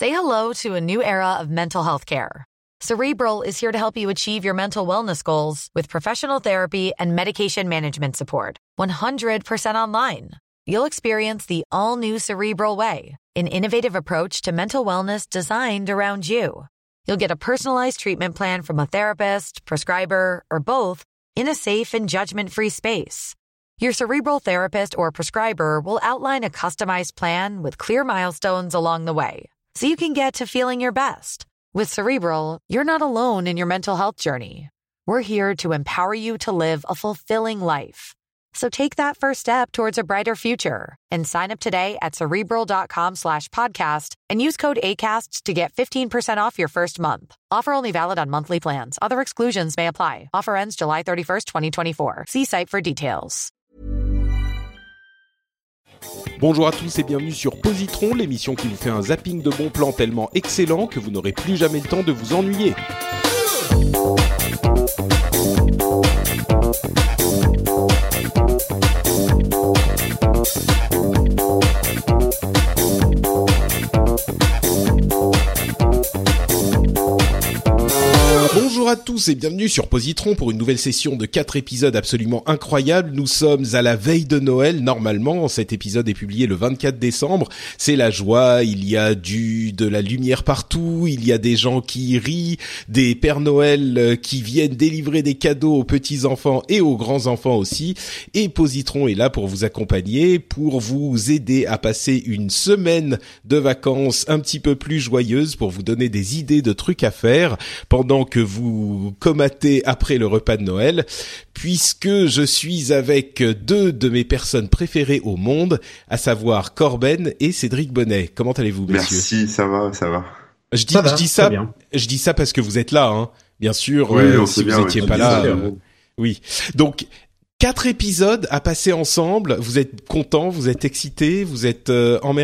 Say hello to a new era of mental health care. Cerebral is here to help you achieve your mental wellness goals with professional therapy and medication management support. 100% online. You'll experience the all-new Cerebral Way, an innovative approach to mental wellness designed around you. You'll get a personalized treatment plan from a therapist, prescriber, or both in a safe and judgment-free space. Your Cerebral therapist or prescriber will outline a customized plan with clear milestones along the way, so you can get to feeling your best. With Cerebral, you're not alone in your mental health journey. We're here to empower you to live a fulfilling life. So take that first step towards a brighter future and sign up today at Cerebral.com/podcast and use code ACAST to get 15% off your first month. Offer only valid on monthly plans. Other exclusions may apply. Offer ends July 31st, 2024. See site for details. Bonjour à tous et bienvenue sur Positron, l'émission qui vous fait un zapping de bons plans tellement excellent que vous n'aurez plus jamais le temps de vous ennuyer. Bonjour à tous et bienvenue sur Positron pour une nouvelle session de 4 épisodes absolument incroyables. Nous sommes à la veille de Noël, normalement. Cet épisode est publié le 24 décembre. C'est la joie, il y a de la lumière partout, il y a des gens qui rient, des Pères Noël qui viennent délivrer des cadeaux aux petits-enfants et aux grands-enfants aussi. Et Positron est là pour vous accompagner, pour vous aider à passer une semaine de vacances un petit peu plus joyeuse, pour vous donner des idées de trucs à faire pendant que vous comatez après le repas de Noël, puisque je suis avec deux de mes personnes préférées au monde, à savoir Corben et Cédric Bonnet. Comment allez-vous, messieurs ? Merci, ça va. Je dis ça parce que vous êtes là, hein. Bien sûr, oui, si vous étiez pas là, oui. Donc, 4 épisodes à passer ensemble. Vous êtes contents, vous êtes excités, vous êtes emmerdés ?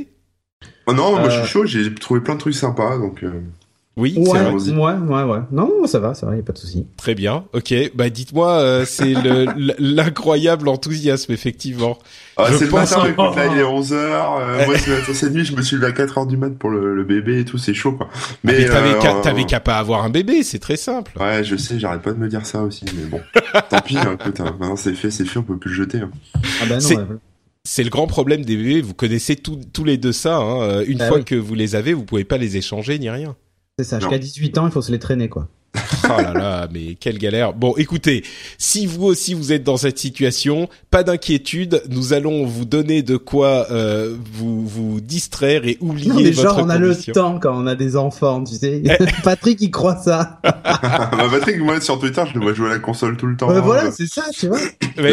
Oh non, moi je suis chaud, j'ai trouvé plein de trucs sympas, donc... Oui, ouais, c'est vrai. Ouais. Non, ça va, y a pas de souci. Très bien. Ok. Bah, dites-moi, c'est l'incroyable enthousiasme, effectivement. C'est le matin, écoute, là, il est 11h, moi, cette nuit, je me suis levé à 4h du mat pour le bébé et tout, c'est chaud, quoi. Mais t'avais qu'à pas avoir un bébé, c'est très simple. Ouais, je sais, j'arrête pas de me dire ça aussi, mais bon. Tant pis, écoute, maintenant c'est fait, on peut plus le jeter, hein. Ah bah non, c'est le grand problème des bébés, vous connaissez tous les deux ça, hein. Une fois que vous les avez, vous pouvez pas les échanger ni rien. C'est ça, jusqu'à 18 ans, il faut se les traîner, quoi. Oh là là, mais quelle galère. Bon, écoutez, si vous aussi vous êtes dans cette situation, pas d'inquiétude, nous allons vous donner de quoi vous distraire et oublier non, mais votre genre, on a condition. le temps quand on a des enfants, tu sais. Patrick, il croit ça. Bah, Patrick, moi, sur Twitter, je le vois jouer à la console tout le temps. Voilà, c'est ça, tu vois.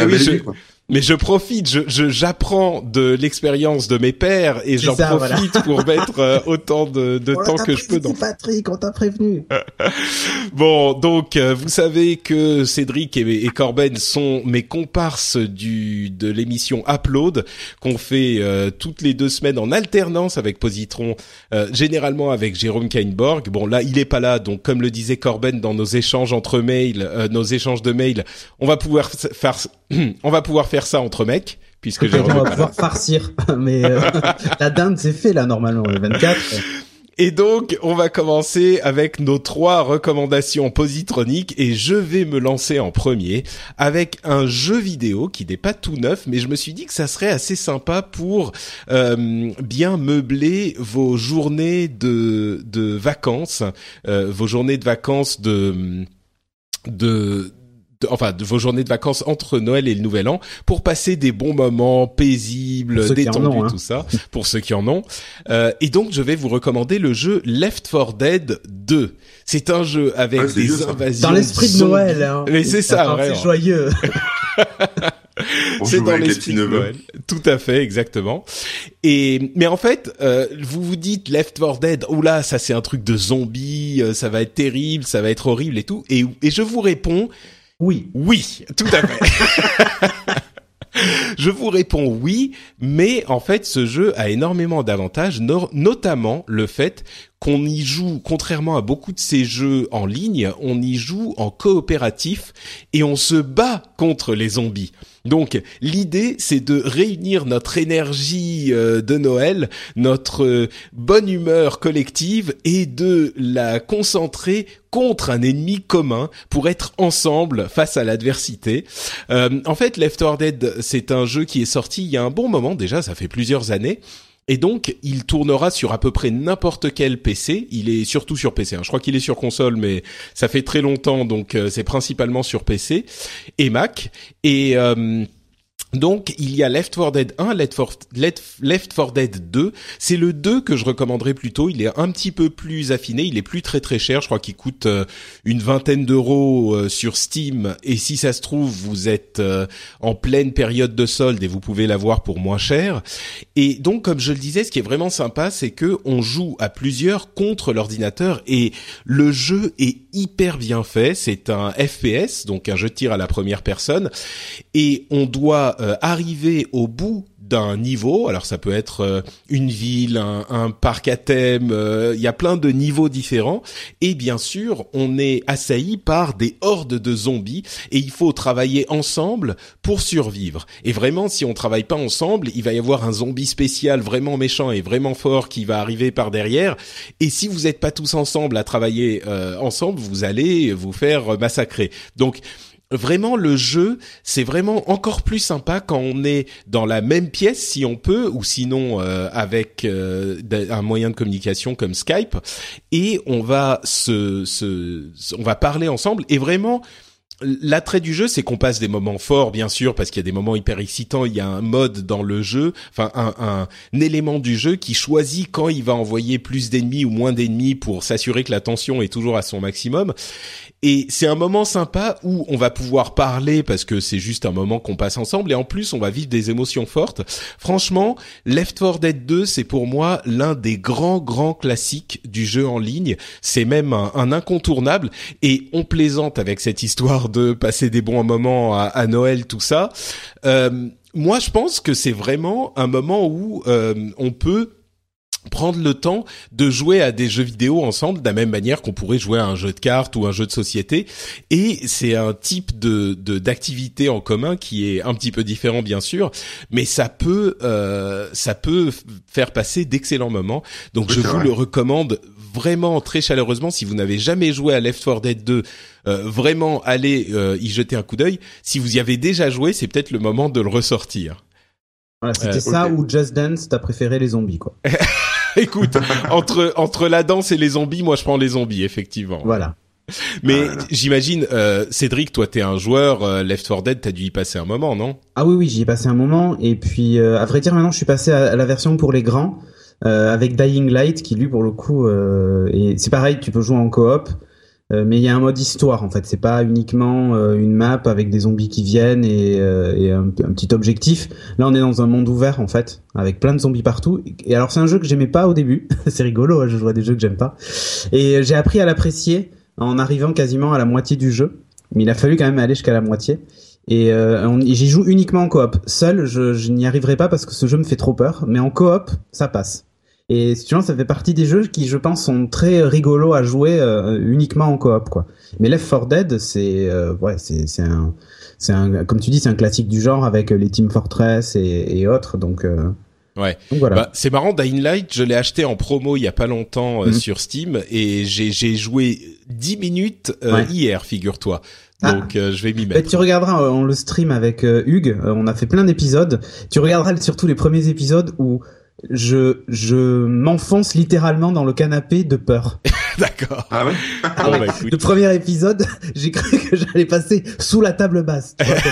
Mais je profite, j'apprends de l'expérience de mes pères et j'en profite pour mettre autant de temps que je peux. Patrick, on t'a prévenu. Bon, donc vous savez que Cédric et Corben sont mes comparses de l'émission Upload qu'on fait toutes les 2 semaines en alternance avec Positron, généralement avec Jérôme Kainborg. Bon, là il est pas là, donc comme le disait Corben dans nos échanges de mails, on va pouvoir faire ça entre mecs, puisque on va pouvoir farcir, mais la dinde c'est fait là normalement le 24. Et donc, on va commencer avec nos 3 recommandations positroniques et je vais me lancer en premier avec un jeu vidéo qui n'est pas tout neuf, mais je me suis dit que ça serait assez sympa pour bien meubler vos journées de vacances, vos journées de vacances de vos journées de vacances entre Noël et le Nouvel An pour passer des bons moments paisibles, détendus, tout ça, pour ceux qui en ont. Et donc, je vais vous recommander le jeu Left 4 Dead 2. C'est un jeu avec des invasions. Dans l'esprit de Noël, hein. Mais c'est ça, vraiment. C'est joyeux. C'est dans l'esprit de Noël. Tout à fait, exactement. Mais en fait, vous vous dites Left 4 Dead, oula, ça c'est un truc de zombie, ça va être terrible, ça va être horrible et tout. Et je vous réponds, oui, tout à fait. Je vous réponds oui, mais en fait, ce jeu a énormément d'avantages, notamment le fait qu'on y joue, contrairement à beaucoup de ces jeux en ligne, on y joue en coopératif et on se bat contre les zombies. Donc, l'idée, c'est de réunir notre énergie de Noël, notre bonne humeur collective et de la concentrer contre un ennemi commun pour être ensemble face à l'adversité. En fait, Left 4 Dead, c'est un jeu qui est sorti il y a un bon moment déjà, ça fait plusieurs années. Et donc, il tournera sur à peu près n'importe quel PC. Il est surtout sur PC. Je crois qu'il est sur console, mais ça fait très longtemps, donc c'est principalement sur PC et Mac. Et donc, il y a Left 4 Dead 1, Left 4 Dead 2. C'est le 2 que je recommanderais plutôt. Il est un petit peu plus affiné. Il est plus très très cher. Je crois qu'il coûte une vingtaine d'euros sur Steam. Et si ça se trouve, vous êtes en pleine période de solde et vous pouvez l'avoir pour moins cher. Et donc, comme je le disais, ce qui est vraiment sympa, c'est que on joue à plusieurs contre l'ordinateur et le jeu est hyper bien fait. C'est un FPS, donc un jeu de tir à la première personne. Et on doit arriver au bout d'un niveau. Alors ça peut être une ville, un parc à thème, il y a plein de niveaux différents et bien sûr on est assailli par des hordes de zombies et il faut travailler ensemble pour survivre. Et vraiment, si on travaille pas ensemble, il va y avoir un zombie spécial vraiment méchant et vraiment fort qui va arriver par derrière, et si vous êtes pas tous ensemble à travailler ensemble, vous allez vous faire massacrer. Donc vraiment, le jeu, c'est vraiment encore plus sympa quand on est dans la même pièce, si on peut, ou sinon avec un moyen de communication comme Skype, et on va on va parler ensemble. Et vraiment, l'attrait du jeu, c'est qu'on passe des moments forts, bien sûr, parce qu'il y a des moments hyper excitants. Il y a un mode dans le jeu, enfin un élément du jeu qui choisit quand il va envoyer plus d'ennemis ou moins d'ennemis pour s'assurer que la tension est toujours à son maximum. Et c'est un moment sympa où on va pouvoir parler parce que c'est juste un moment qu'on passe ensemble, et en plus on va vivre des émotions fortes. Franchement, Left 4 Dead 2, c'est pour moi l'un des grands classiques du jeu en ligne. C'est même un incontournable, et on plaisante avec cette histoire de passer des bons moments à Noël, tout ça. Moi, je pense que c'est vraiment un moment où on peut prendre le temps de jouer à des jeux vidéo ensemble de la même manière qu'on pourrait jouer à un jeu de cartes ou un jeu de société, et c'est un type d'activité en commun qui est un petit peu différent bien sûr, mais ça peut faire passer d'excellents moments. Donc je vous le recommande vraiment très chaleureusement. Si vous n'avez jamais joué à Left 4 Dead 2, vraiment allez y jeter un coup d'œil. Si vous y avez déjà joué, c'est peut-être le moment de le ressortir. Voilà, c'était ça ou Just Dance, t'as préféré les zombies, quoi. Écoute, entre la danse et les zombies, moi je prends les zombies, effectivement. Voilà. Mais j'imagine, Cédric, toi t'es un joueur, Left 4 Dead, t'as dû y passer un moment, non? Ah oui, j'y ai passé un moment, et puis à vrai dire maintenant je suis passé à la version pour les grands, avec Dying Light, qui lui pour le coup, et c'est pareil, tu peux jouer en coop. Mais il y a un mode histoire en fait, c'est pas uniquement une map avec des zombies qui viennent et un petit objectif. Là on est dans un monde ouvert en fait, avec plein de zombies partout. Et alors c'est un jeu que j'aimais pas au début, c'est rigolo, je joue à des jeux que j'aime pas. Et j'ai appris à l'apprécier en arrivant quasiment à la moitié du jeu. Mais il a fallu quand même aller jusqu'à la moitié. Et j'y joue uniquement en coop. Seul, je n'y arriverai pas parce que ce jeu me fait trop peur. Mais en coop, ça passe. Et si tu vois, ça fait partie des jeux qui, je pense, sont très rigolos à jouer uniquement en coop, quoi. Mais Left 4 Dead, c'est un, comme tu dis, c'est un classique du genre avec les Team Fortress et autres, donc. Ouais. Donc voilà. Bah, c'est marrant, Dying Light, je l'ai acheté en promo il y a pas longtemps sur Steam, et j'ai joué 10 minutes hier, figure-toi. Donc je vais m'y mettre. Tu regarderas, on le stream avec Hugues, on a fait plein d'épisodes. Tu regarderas surtout les premiers épisodes où je m'enfonce littéralement dans le canapé de peur. D'accord. Ah ouais. Bon, bah, écoute. Le premier épisode, j'ai cru que j'allais passer sous la table basse.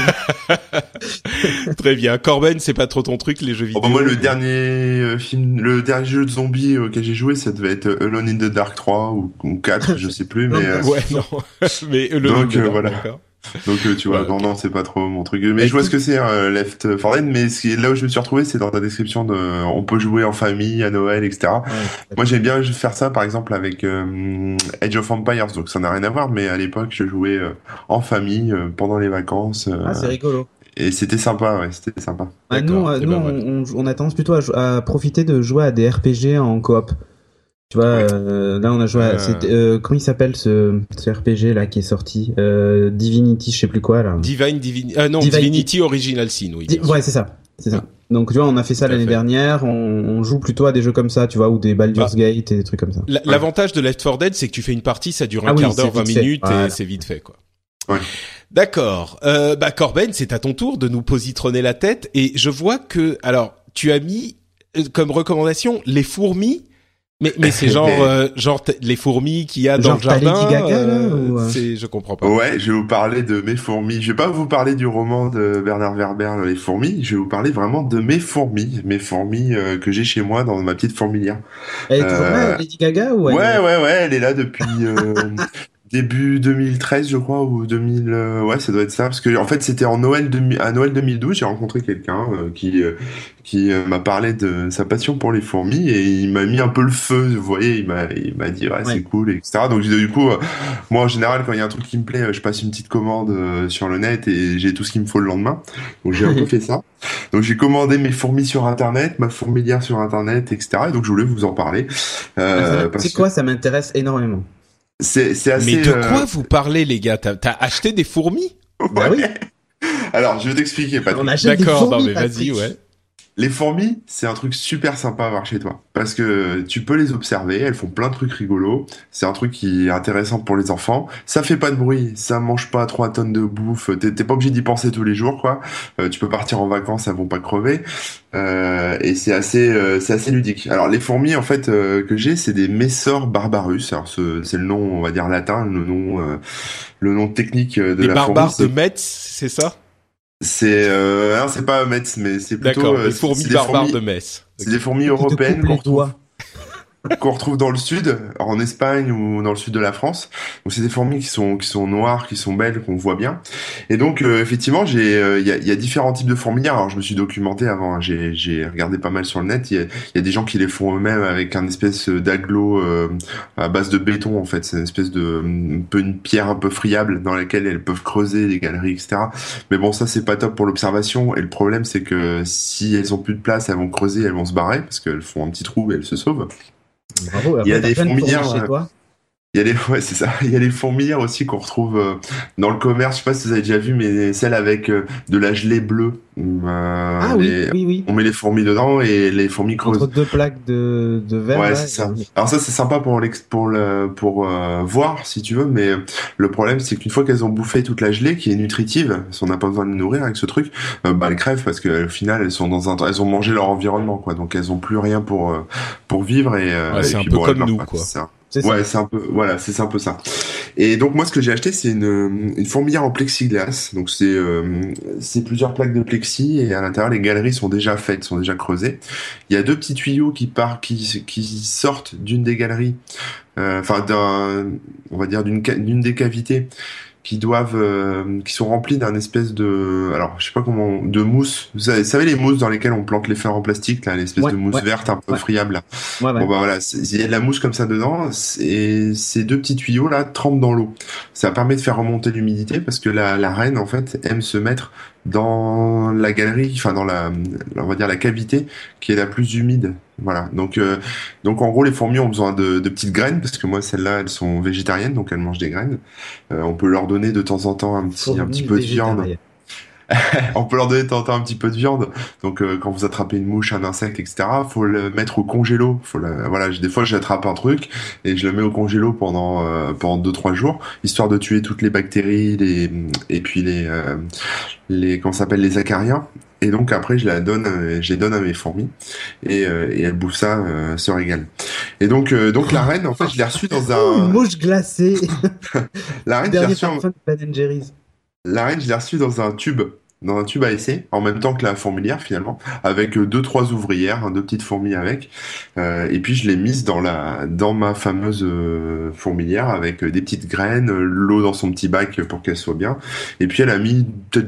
Très bien. Corben, c'est pas trop ton truc, les jeux vidéo? Moi, le dernier jeu de zombies auquel j'ai joué, ça devait être Alone in the Dark 3 ou 4, je sais plus, mais. Ouais, non. Mais donc voilà. D'accord. Donc tu vois, ouais, non, c'est pas trop mon truc. Mais je vois ce que c'est Left 4 Dead, mais là où je me suis retrouvé, c'est dans ta description de on peut jouer en famille à Noël, etc. Moi j'aime bien faire ça par exemple avec Age of Empires, donc ça n'a rien à voir, mais à l'époque je jouais en famille pendant les vacances. C'est rigolo. Et c'était sympa, ouais, c'était sympa. Nous, on a tendance plutôt à profiter de jouer à des RPG en coop. Tu vois, Ouais. là on a joué à... comment il s'appelle ce RPG là qui est sorti Divinity, je sais plus quoi là. Divinity Original Sin, oui. Bien sûr. Ouais, c'est ça. C'est ça. Donc tu vois, on a fait ça Tout à l'année fait. dernière, on joue plutôt à des jeux comme ça, tu vois, ou des Baldur's Gate et des trucs comme ça. L'avantage de Left 4 Dead, c'est que tu fais une partie, ça dure un oui, quart d'heure, c'est 20 vite fait. minutes, Voilà. et c'est vite fait, quoi. Ouais. D'accord. Corben, c'est à ton tour de nous positronner la tête, et je vois que, alors, tu as mis comme recommandation les fourmis, mais c'est genre les fourmis qu'il y a dans Genre le jardin. Lady Gaga, là, ou... je comprends pas. Ouais, je vais vous parler de mes fourmis. Je vais pas vous parler du roman de Bernard Werber, Les fourmis. Je vais vous parler vraiment de mes fourmis que j'ai chez moi dans ma petite fourmilière. Elle est toujours là, Lady Gaga, ou Ouais, elle est là depuis début 2013, je crois, ou 2000. Ouais, ça doit être ça, parce que en fait, c'était à Noël 2012. J'ai rencontré quelqu'un qui m'a parlé de sa passion pour les fourmis et il m'a mis un peu le feu. Vous voyez, il m'a dit c'est cool, etc. Donc du coup, moi en général, quand il y a un truc qui me plaît, je passe une petite commande sur le net et j'ai tout ce qu'il me faut le lendemain. Donc j'ai un peu fait ça. Donc j'ai commandé mes fourmis sur internet, ma fourmilière sur internet, etc. Et donc je voulais vous en parler. C'est quoi, ça m'intéresse énormément. C'est assez. Mais de quoi vous parlez, les gars? T'as acheté des fourmis? Bah oui. Alors, je vais t'expliquer, Patrick. On achète des D'accord, fourmis, non mais vas-y, Patrick. ouais. Les fourmis, c'est un truc super sympa à avoir chez toi. Parce que tu peux les observer, elles font plein de trucs rigolos. C'est un truc qui est intéressant pour les enfants. Ça fait pas de bruit, ça mange pas 3 tonnes de bouffe. T'es pas obligé d'y penser tous les jours, quoi. Tu peux partir en vacances, elles vont pas crever. Et c'est assez ludique. Alors, les fourmis, en fait, que j'ai, c'est des Messor barbarus. Alors, c'est le nom, on va dire latin, le nom technique de Les la barbares fourmi. de Metz, c'est ça? Non, c'est pas Metz, mais c'est plutôt D'accord, les fourmis c'est des barbares de Metz. C'est des fourmis Qui te européennes coupent les doigts. qu'on retrouve dans le sud, en Espagne ou dans le sud de la France. Donc c'est des fourmis qui sont noires, qui sont belles, qu'on voit bien. Et donc effectivement, il y a différents types de fourmilières. Alors je me suis documenté avant, hein. J'ai regardé pas mal sur le net. Il y a des gens qui les font eux-mêmes avec un espèce d'agglo à base de béton en fait. C'est une espèce de une pierre un peu friable dans laquelle elles peuvent creuser des galeries, etc. Mais bon, ça c'est pas top pour l'observation. Et le problème c'est que si elles ont plus de place, elles vont creuser, elles vont se barrer parce qu'elles font un petit trou et elles se sauvent. Bravo. Il y a Après, des t'as plein de fourmilières, fourmis chez toi. ouais, c'est ça. Il y a les fourmilières aussi qu'on retrouve dans le commerce. Je sais pas si vous avez déjà vu, mais celles avec de la gelée bleue. Oui. On met les fourmis dedans et les fourmis creusent. Entre deux plaques de verre. Ouais, là, c'est ça. Alors ça, c'est sympa pour voir, si tu veux, mais le problème, c'est qu'une fois qu'elles ont bouffé toute la gelée, qui est nutritive, si on n'a pas besoin de les nourrir avec ce truc, elles crèvent parce qu'au final, elles ont mangé leur environnement, quoi. Donc elles ont plus rien pour vivre et c'est et un puis peu bon, comme elles meurent nous, pas, quoi. c'est ça. C'est ça. Ouais, c'est un peu ça. Et donc moi, ce que j'ai acheté, c'est une fourmilière en plexiglas. Donc c'est plusieurs plaques de plexi et à l'intérieur, les galeries sont déjà faites, sont déjà creusées. Il y a 2 petits tuyaux qui sortent d'une des galeries, on va dire d'une des cavités qui sont remplis d'un espèce de, alors je sais pas comment, de mousse. Vous savez les mousses dans lesquelles on plante les fleurs en plastique, là, l'espèce de mousse verte un peu friable. Là. Ouais. Bon bah voilà, il y a de la mousse comme ça dedans, et ces 2 petits tuyaux là trempent dans l'eau. Ça permet de faire remonter l'humidité parce que la reine en fait aime se mettre dans la galerie, enfin on va dire la cavité qui est la plus humide. Voilà. Donc en gros les fourmis ont besoin de petites graines parce que moi celles-là elles sont végétariennes donc elles mangent des graines. On peut leur donner de temps en temps un petit peu de viande. On peut leur donner de temps en temps un petit peu de viande. Donc quand vous attrapez une mouche, un insecte, etc., faut le mettre au congélo. Voilà, des fois j'attrape un truc et je le mets au congélo pendant 2-3 jours, histoire de tuer toutes les bactéries, et puis les comment ça s'appelle, les acariens. Et donc après je les donne à mes fourmis et elles bouffent ça, se régalent. Et donc la reine en fait je l'ai reçue dans Une mouche glacée. La reine je l'ai Dernier reçue parfum de Ben & Jerry's. La reine, je l'ai reçue dans un tube à essai, en même temps que la fourmilière finalement, avec 2-3 ouvrières, 2 petites fourmis avec, et puis je l'ai mise dans ma fameuse fourmilière avec des petites graines, l'eau dans son petit bac pour qu'elle soit bien, et puis elle a mis peut-être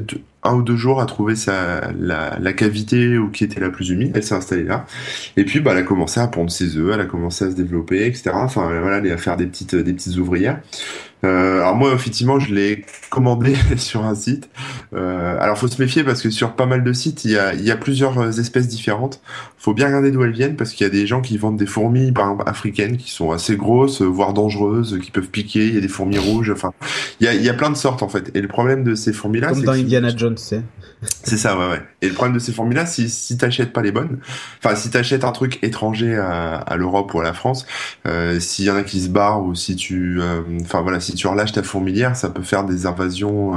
1 ou 2 jours à trouver la cavité où qui était la plus humide. Elle s'est installée là. Et puis, elle a commencé à pondre ses œufs, elle a commencé à se développer, etc. Enfin, voilà, elle a faire des petites ouvrières. Alors moi, effectivement, je l'ai commandé sur un site. Alors, faut se méfier parce que sur pas mal de sites, il y a plusieurs espèces différentes. Faut bien regarder d'où elles viennent parce qu'il y a des gens qui vendent des fourmis, par exemple, africaines, qui sont assez grosses, voire dangereuses, qui peuvent piquer. Il y a des fourmis rouges. Enfin, il y a plein de sortes en fait. Et le problème de ces fourmis-là, comme c'est dans Indiana Jones, c'est. C'est ça, ouais. Et le problème de ces fourmis-là, si t'achètes pas les bonnes, enfin, si t'achètes un truc étranger à l'Europe ou à la France, s'il y en a qui se barrent ou si tu, si tu relâches ta fourmilière, ça peut faire des invasions.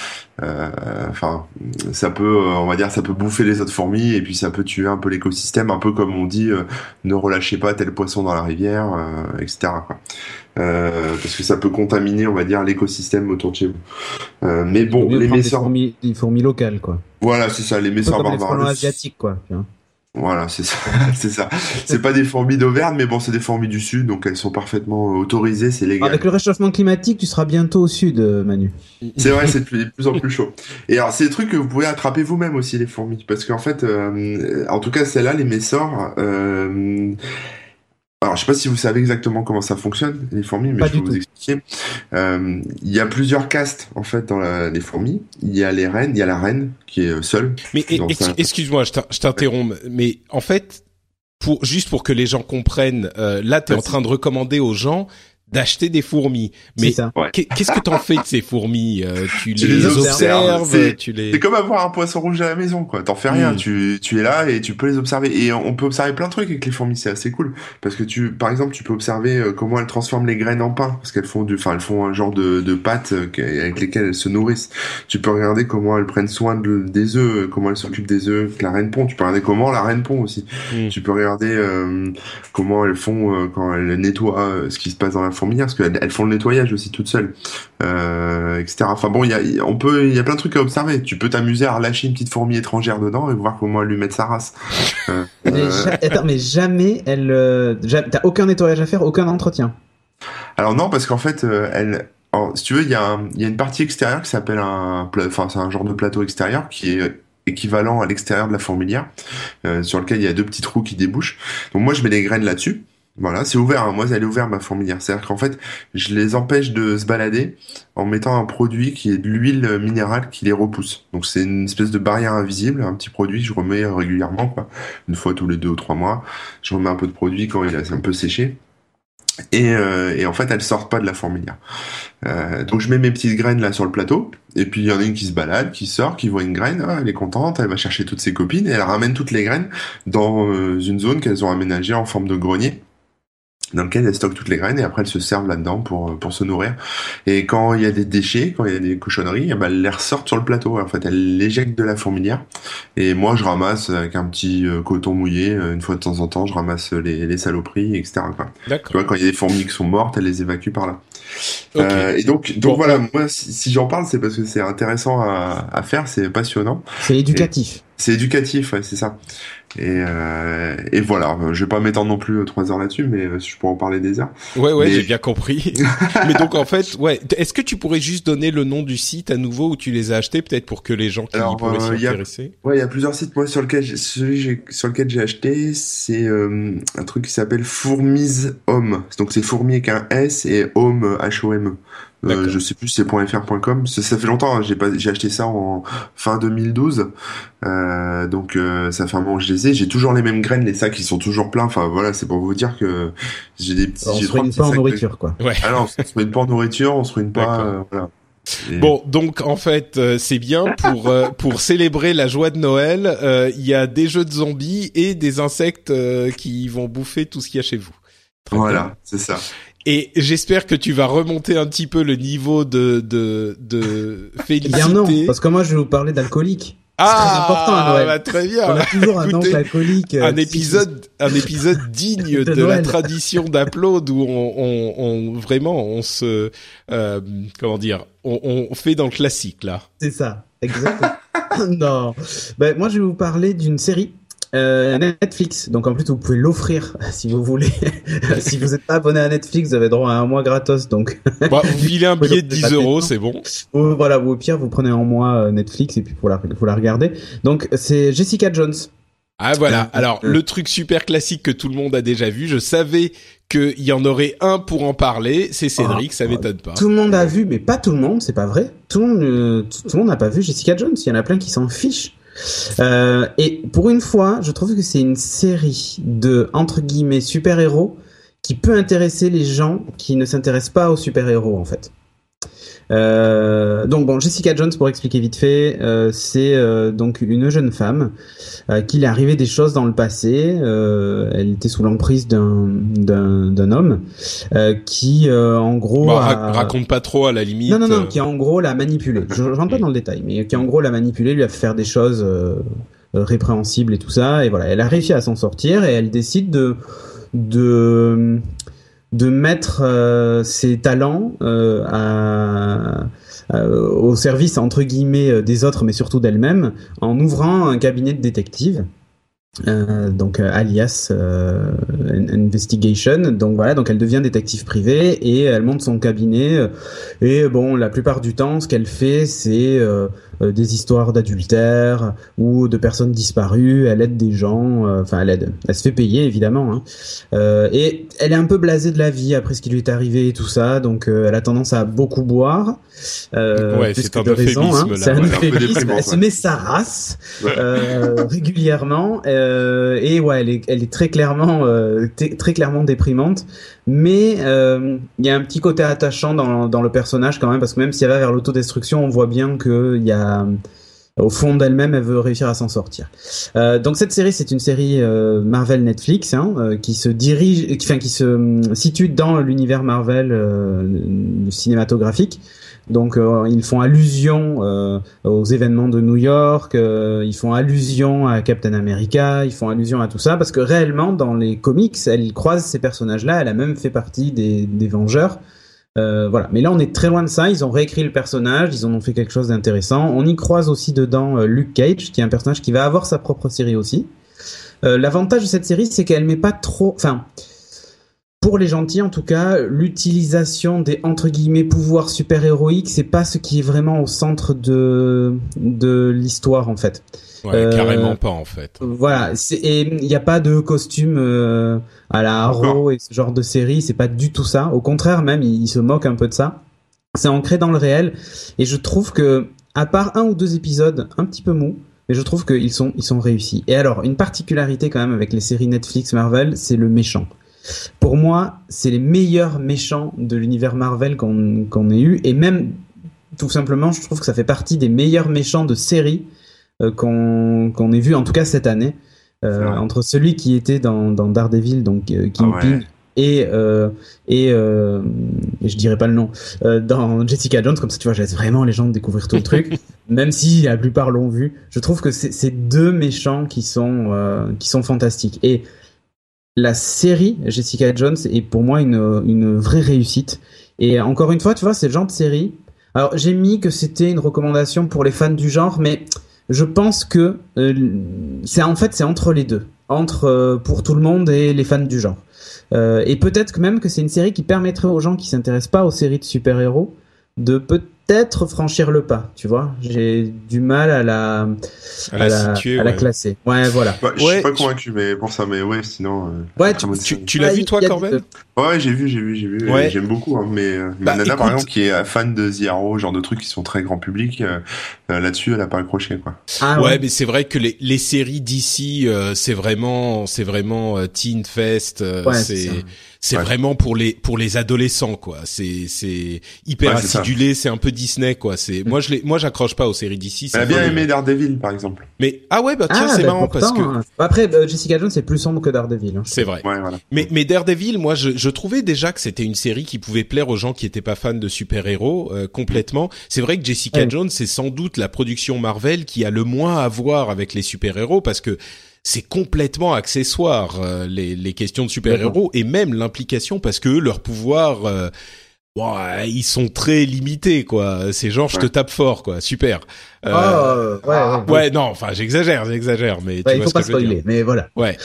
Ça peut, on va dire, ça peut bouffer les autres fourmis et puis ça peut tuer un peu l'écosystème, un peu comme on dit, ne relâchez pas tel poisson dans la rivière, etc. quoi. Parce que ça peut contaminer, on va dire, l'écosystème autour de chez vous. Mais bon, les messors, des fourmis locales, quoi. Voilà, c'est ça, les messors barbares. Les asiatiques, quoi. Voilà, c'est ça, c'est ça. C'est pas des fourmis d'Auvergne, mais bon, c'est des fourmis du sud, donc elles sont parfaitement autorisées, c'est légal. Avec le réchauffement climatique, tu seras bientôt au sud, Manu. C'est vrai, c'est de plus en plus chaud. Et alors, c'est des trucs que vous pouvez attraper vous-même aussi, les fourmis, parce qu'en fait, en tout cas, celle-là, les messors. Alors, je sais pas si vous savez exactement comment ça fonctionne, les fourmis, mais je vais vous expliquer. Il y a plusieurs castes, en fait, dans les fourmis. Il y a les reines, il y a la reine, qui est seule. Mais excuse-moi, je t'interromps, mais en fait, juste pour que les gens comprennent, là, t'es en train de recommander aux gens d'acheter des fourmis. Mais qu'est-ce que t'en fais de ces fourmis? Tu les observes, C'est comme avoir un poisson rouge à la maison, quoi. T'en fais rien. Tu es là et tu peux les observer. Et on peut observer plein de trucs avec les fourmis. C'est assez cool. Parce que par exemple, tu peux observer comment elles transforment les graines en pain. Parce qu'elles font elles font un genre de pâtes avec lesquelles elles se nourrissent. Tu peux regarder comment elles prennent soin des œufs, comment elles s'occupent des œufs que la reine pond. Tu peux regarder comment la reine pond aussi. Tu peux regarder comment elles font quand elles nettoient ce qui se passe dans la fourmilière, parce qu'elles font le nettoyage aussi toutes seules, etc. Enfin bon, il y a plein de trucs à observer. Tu peux t'amuser à relâcher une petite fourmi étrangère dedans et voir comment elle lui met sa race. Mais jamais t'as aucun nettoyage à faire, aucun entretien. Alors non, parce qu'en fait, si tu veux, il y a une partie extérieure qui s'appelle c'est un genre de plateau extérieur qui est équivalent à l'extérieur de la fourmilière, sur lequel il y a 2 petits trous qui débouchent. Donc moi, je mets les graines là-dessus. Voilà, c'est ouvert, hein. Moi, elle est ouverte, ma fourmilière. C'est-à-dire qu'en fait, je les empêche de se balader en mettant un produit qui est de l'huile minérale qui les repousse. Donc, c'est une espèce de barrière invisible, un petit produit que je remets régulièrement, quoi. Une fois tous les 2 ou 3 mois. Je remets un peu de produit quand il est un peu séché. Et en fait, elles sortent pas de la fourmilière. Donc, je mets mes petites graines là sur le plateau. Et puis, il y en a une qui se balade, qui sort, qui voit une graine. Elle est contente, elle va chercher toutes ses copines et elle ramène toutes les graines dans une zone qu'elles ont aménagée en forme de grenier, dans lequel elles stockent toutes les graines et après elles se servent là-dedans pour se nourrir. Et quand il y a des déchets, quand il y a des cochonneries, elles les ressortent sur le plateau. En fait, elles l'éjectent de la fourmilière. Et moi, je ramasse avec un petit coton mouillé, une fois de temps en temps, je ramasse les saloperies, etc. quoi. D'accord. Tu vois, quand il y a des fourmis qui sont mortes, elles les évacuent par là. Okay. Et donc voilà, moi, si j'en parle, c'est parce que c'est intéressant à faire, c'est passionnant. C'est éducatif. C'est éducatif, ouais, c'est ça. Et voilà, je vais pas m'étendre non plus 3 heures là-dessus, mais je pourrais en parler des heures. Ouais, j'ai bien compris. Mais donc en fait, est-ce que tu pourrais juste donner le nom du site à nouveau où tu les as achetés, peut-être pour que les gens qui pourraient s'y intéresser? Il y a plusieurs sites. Moi, celui sur lequel j'ai acheté, c'est un truc qui s'appelle Fourmise Home. Donc c'est fourmi avec un S et Home H-O-M-E. Je sais plus si c'est .fr.com. Ça fait longtemps, hein, j'ai acheté ça en fin 2012. Donc ça fait un moment que je les ai. J'ai toujours les mêmes graines, les sacs ils sont toujours pleins. Enfin voilà, c'est pour vous dire que j'ai des petits. On se ruine pas en nourriture, quoi. Ouais. Ah non, on se ruine pas en nourriture, on se ruine pas. Voilà. Bon, donc en fait, c'est bien pour célébrer la joie de Noël. Il y a des jeux de zombies et des insectes qui vont bouffer tout ce qu'il y a chez vous. Très voilà, bien. C'est ça. Et j'espère que tu vas remonter un petit peu le niveau de félicité. Bien non, parce que moi je vais vous parler d'alcoolique. Ah, c'est important à Noël. Bah, très bien. On a toujours un oncle alcoolique. Un épisode digne de la tradition d'Upload où on vraiment on se comment dire, on fait dans le classique là. C'est ça, exactement. Non. Ben moi je vais vous parler d'une série Netflix. Donc en plus vous pouvez l'offrir si vous voulez. Si vous n'êtes pas abonné à Netflix, vous avez droit à un mois gratos. Donc vous filez un billet de 10 €, c'est bon. Voilà, au pire vous prenez en mois Netflix et puis faut la regarder. Donc c'est Jessica Jones. Ah voilà, alors le truc super classique que tout le monde a déjà vu, je savais qu'il y en aurait un pour en parler, c'est Cédric, ça m'étonne pas. Tout le monde a vu, mais pas tout le monde, c'est pas vrai. Tout le monde n'a pas vu Jessica Jones, il y en a plein qui s'en fichent. Et pour une fois, je trouve que c'est une série de, entre guillemets, super-héros qui peut intéresser les gens qui ne s'intéressent pas aux super-héros en fait. Donc bon, Jessica Jones, pour expliquer vite fait, c'est donc une jeune femme qui lui est arrivé des choses dans le passé. Elle était sous l'emprise d'un homme qui en gros raconte pas trop à la limite. Non, qui en gros l'a manipulée. Je rentre pas dans le détail, mais qui en gros l'a manipulée, lui a fait faire des choses répréhensibles et tout ça. Et voilà, elle a réussi à s'en sortir et elle décide de mettre ses talents au service entre guillemets des autres, mais surtout d'elle-même, en ouvrant un cabinet de détective. Donc alias Investigation. Donc voilà, donc elle devient détective privée et elle monte son cabinet. Et bon, la plupart du temps, ce qu'elle fait, c'est des histoires d'adultère ou de personnes disparues. Elle aide des gens. Enfin, elle se fait payer évidemment. Hein. Et elle est un peu blasée de la vie après ce qui lui est arrivé et tout ça. Donc elle a tendance à beaucoup boire. Ouais, c'est un euphémisme. Hein. C'est un euphémisme. Elle se met sa race régulièrement. Et ouais, elle est très clairement déprimante, mais il y a un petit côté attachant dans le personnage quand même, parce que même si elle va vers l'autodestruction, on voit bien que il y a au fond d'elle-même, elle veut réussir à s'en sortir. Donc cette série, c'est une série Marvel Netflix qui se situe dans l'univers Marvel cinématographique. Donc ils font allusion aux événements de New York, ils font allusion à Captain America, ils font allusion à tout ça, parce que réellement dans les comics, elle croise ces personnages-là, elle a même fait partie des Vengeurs. Voilà. Mais là on est très loin de ça, ils ont réécrit le personnage, ils en ont fait quelque chose d'intéressant. On y croise aussi dedans Luke Cage, qui est un personnage qui va avoir sa propre série aussi. L'avantage de cette série, c'est qu'elle met pas trop... Pour les gentils, en tout cas, l'utilisation des entre guillemets pouvoirs super-héroïques, c'est pas ce qui est vraiment au centre de l'histoire en fait. Ouais, carrément pas en fait. Voilà, et il y a pas de costume à la Arrow et ce genre de série, c'est pas du tout ça. Au contraire, même il se moque un peu de ça. C'est ancré dans le réel et je trouve que à part un ou deux épisodes un petit peu mous, mais je trouve qu'ils sont réussis. Et alors, une particularité quand même avec les séries Netflix Marvel, c'est le méchant. Pour moi, c'est les meilleurs méchants de l'univers Marvel qu'on ait eu, et même tout simplement, je trouve que ça fait partie des meilleurs méchants de séries qu'on ait vu, en tout cas cette année, entre celui qui était dans Daredevil, donc Kingpin, et je dirais pas le nom, dans Jessica Jones, comme ça tu vois, je laisse vraiment les gens découvrir tout le truc, même si la plupart l'ont vu. Je trouve que c'est deux méchants qui sont fantastiques. Et la série Jessica Jones est pour moi une vraie réussite. Et encore une fois, tu vois, c'est le genre de série. Alors, j'ai mis que c'était une recommandation pour les fans du genre, mais je pense que c'est entre les deux, entre pour tout le monde et les fans du genre. Et peut-être que même que c'est une série qui permettrait aux gens qui s'intéressent pas aux séries de super-héros de peut-être franchir le pas, tu vois. J'ai du mal à la classer. Ouais, voilà. Je suis pas convaincu, mais pour ça, mais ouais, sinon. Ouais, tu l'as vu toi, Corben? Ouais, j'ai vu. Ouais. J'aime beaucoup, hein, mais ma nana, par exemple, qui est fan de The Arrow, genre de trucs qui sont très grand public, là-dessus, elle a pas accroché, quoi. Ah, ouais, mais c'est vrai que les séries d'ici, c'est vraiment Teen Fest, c'est vraiment pour les adolescents, quoi. C'est hyper acidulé, c'est un peu Disney, quoi. Moi j'accroche pas aux séries d'ici. Elle a bien aimé Daredevil, par exemple. Mais tiens, c'est marrant parce que après Jessica Jones c'est plus sombre que Daredevil. Hein. C'est vrai. Ouais, voilà. Mais Daredevil, moi je trouvais déjà que c'était une série qui pouvait plaire aux gens qui étaient pas fans de super-héros complètement. C'est vrai que Jessica Jones c'est sans doute la production Marvel qui a le moins à voir avec les super-héros parce que c'est complètement accessoire les questions de super-héros et même l'implication parce que leur pouvoir Ouais, ils sont très limités, quoi. C'est genre, je te tape fort, quoi. Super. Ouais, non, enfin, j'exagère, mais tu il vois faut ce pas que je veux dire. spoiler, mais voilà. Ouais.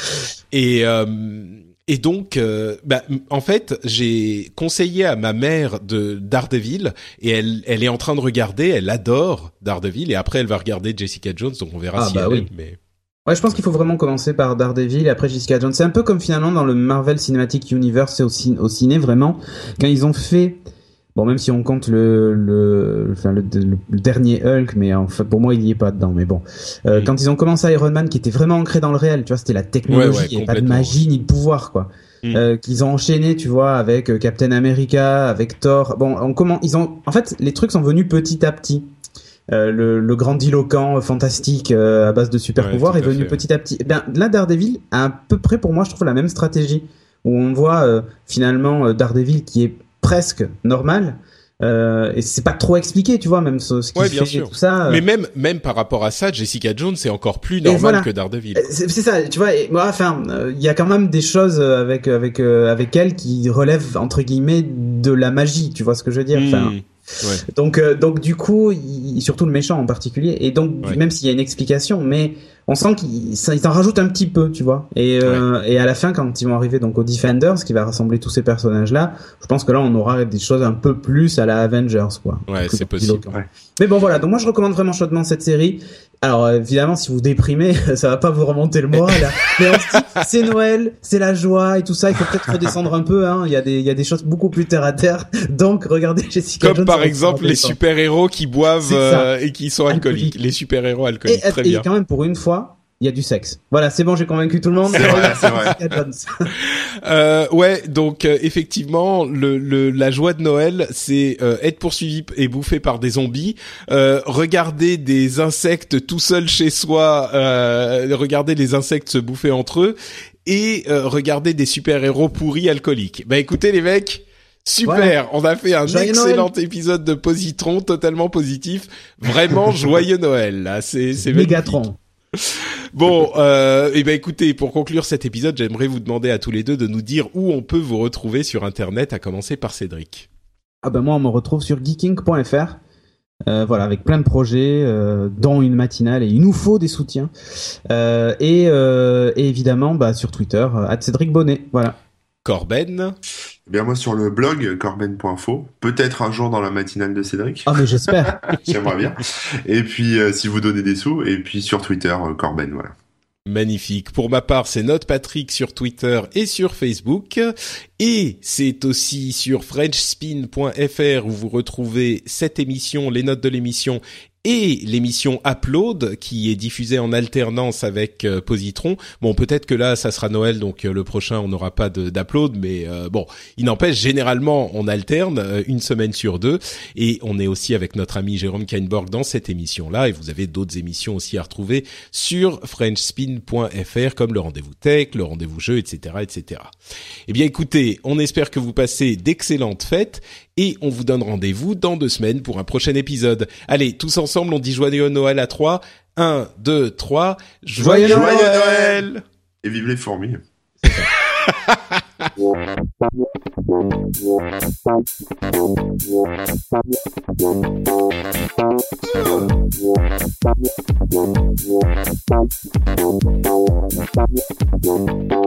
Et donc, en fait, j'ai conseillé à ma mère de Daredevil et elle est en train de regarder, elle adore Daredevil et après elle va regarder Jessica Jones, donc on verra si elle aime, mais... Ouais, je pense qu'il faut vraiment commencer par Daredevil et après Jessica Jones. C'est un peu comme finalement dans le Marvel Cinematic Universe au ciné, vraiment, quand ils ont fait... Bon, même si on compte le dernier Hulk, mais en fait, pour moi, il y est pas dedans, mais bon. Quand ils ont commencé Iron Man, qui était vraiment ancré dans le réel, tu vois, c'était la technologie, et pas de magie ni de pouvoir, quoi. Qu'ils ont enchaîné, tu vois, avec Captain America, avec Thor. Bon, en fait, les trucs sont venus petit à petit. Le grandiloquent fantastique à base de super pouvoirs est venu petit à petit. Eh bien, là, Daredevil a à peu près, pour moi, je trouve, la même stratégie, où on voit finalement Daredevil qui est presque normal, et c'est pas trop expliqué, tu vois, même ce qu'il fait et tout ça. Mais même par rapport à ça, Jessica Jones c'est encore plus normal que Daredevil. C'est ça, tu vois. Enfin, il y a quand même des choses avec elle qui relèvent entre guillemets de la magie, tu vois ce que je veux dire. Enfin, donc du coup, surtout le méchant en particulier, et donc même s'il y a une explication, mais on sent qu'ils t'en rajoutent un petit peu, tu vois. Et à la fin, quand ils vont arriver donc aux Defenders, qui va rassembler tous ces personnages-là, je pense que là, on aura des choses un peu plus à la Avengers, quoi. Ouais, c'est possible. Ouais. Mais bon, voilà. Donc moi, je recommande vraiment chaudement cette série. Alors évidemment, si vous déprimez, ça va pas vous remonter le moral. Mais on se dit, c'est Noël, c'est la joie et tout ça. Il faut peut-être redescendre un peu. Hein. Il y a des choses beaucoup plus terre à terre. Donc regardez Jessica Jones. Comme par exemple les super-héros qui boivent et qui sont alcooliques. Les super-héros alcooliques. Très bien. Et quand même, pour une fois, il y a du sexe. Voilà, c'est bon, j'ai convaincu tout le monde. C'est vrai. Ouais, donc effectivement, la joie de Noël, c'est être poursuivi et bouffé par des zombies, regarder des insectes tout seul chez soi, regarder les insectes se bouffer entre eux, et regarder des super-héros pourris alcooliques. Bah écoutez les mecs, super, on a fait un excellent épisode de Positron, totalement positif, vraiment joyeux Noël. Là, c'est Mégatron. Bon, et ben écoutez, pour conclure cet épisode, j'aimerais vous demander à tous les deux de nous dire où on peut vous retrouver sur Internet, à commencer par Cédric. Ah ben moi, on me retrouve sur geeking.fr. Voilà, avec plein de projets, dont une matinale, et il nous faut des soutiens. Et évidemment, sur Twitter, @CédricBonnet. Voilà. Corben. Eh bien moi sur le blog corben.info, peut-être un jour dans la matinale de Cédric. Ah mais j'espère. J'aimerais bien. Et puis si vous donnez des sous, et puis sur Twitter Corben, voilà. Magnifique. Pour ma part, c'est NotePatrick sur Twitter et sur Facebook. Et c'est aussi sur FrenchSpin.fr où vous retrouvez cette émission, les notes de l'émission et l'émission Upload qui est diffusée en alternance avec Positron. Bon, peut-être que là, ça sera Noël, donc le prochain, on n'aura pas d'Upload, mais bon, il n'empêche, généralement, on alterne une semaine sur deux, et on est aussi avec notre ami Jérôme Kainborg dans cette émission-là, et vous avez d'autres émissions aussi à retrouver sur FrenchSpin.fr, comme le Rendez-vous Tech, le Rendez-vous Jeu, etc., etc. Eh bien, écoutez, on espère que vous passez d'excellentes fêtes, et on vous donne rendez-vous dans 2 semaines pour un prochain épisode. Allez, tous ensemble, on dit joyeux Noël à 3. 1, 2, 3. Joyeux Noël! Et vive les fourmis. C'est ça.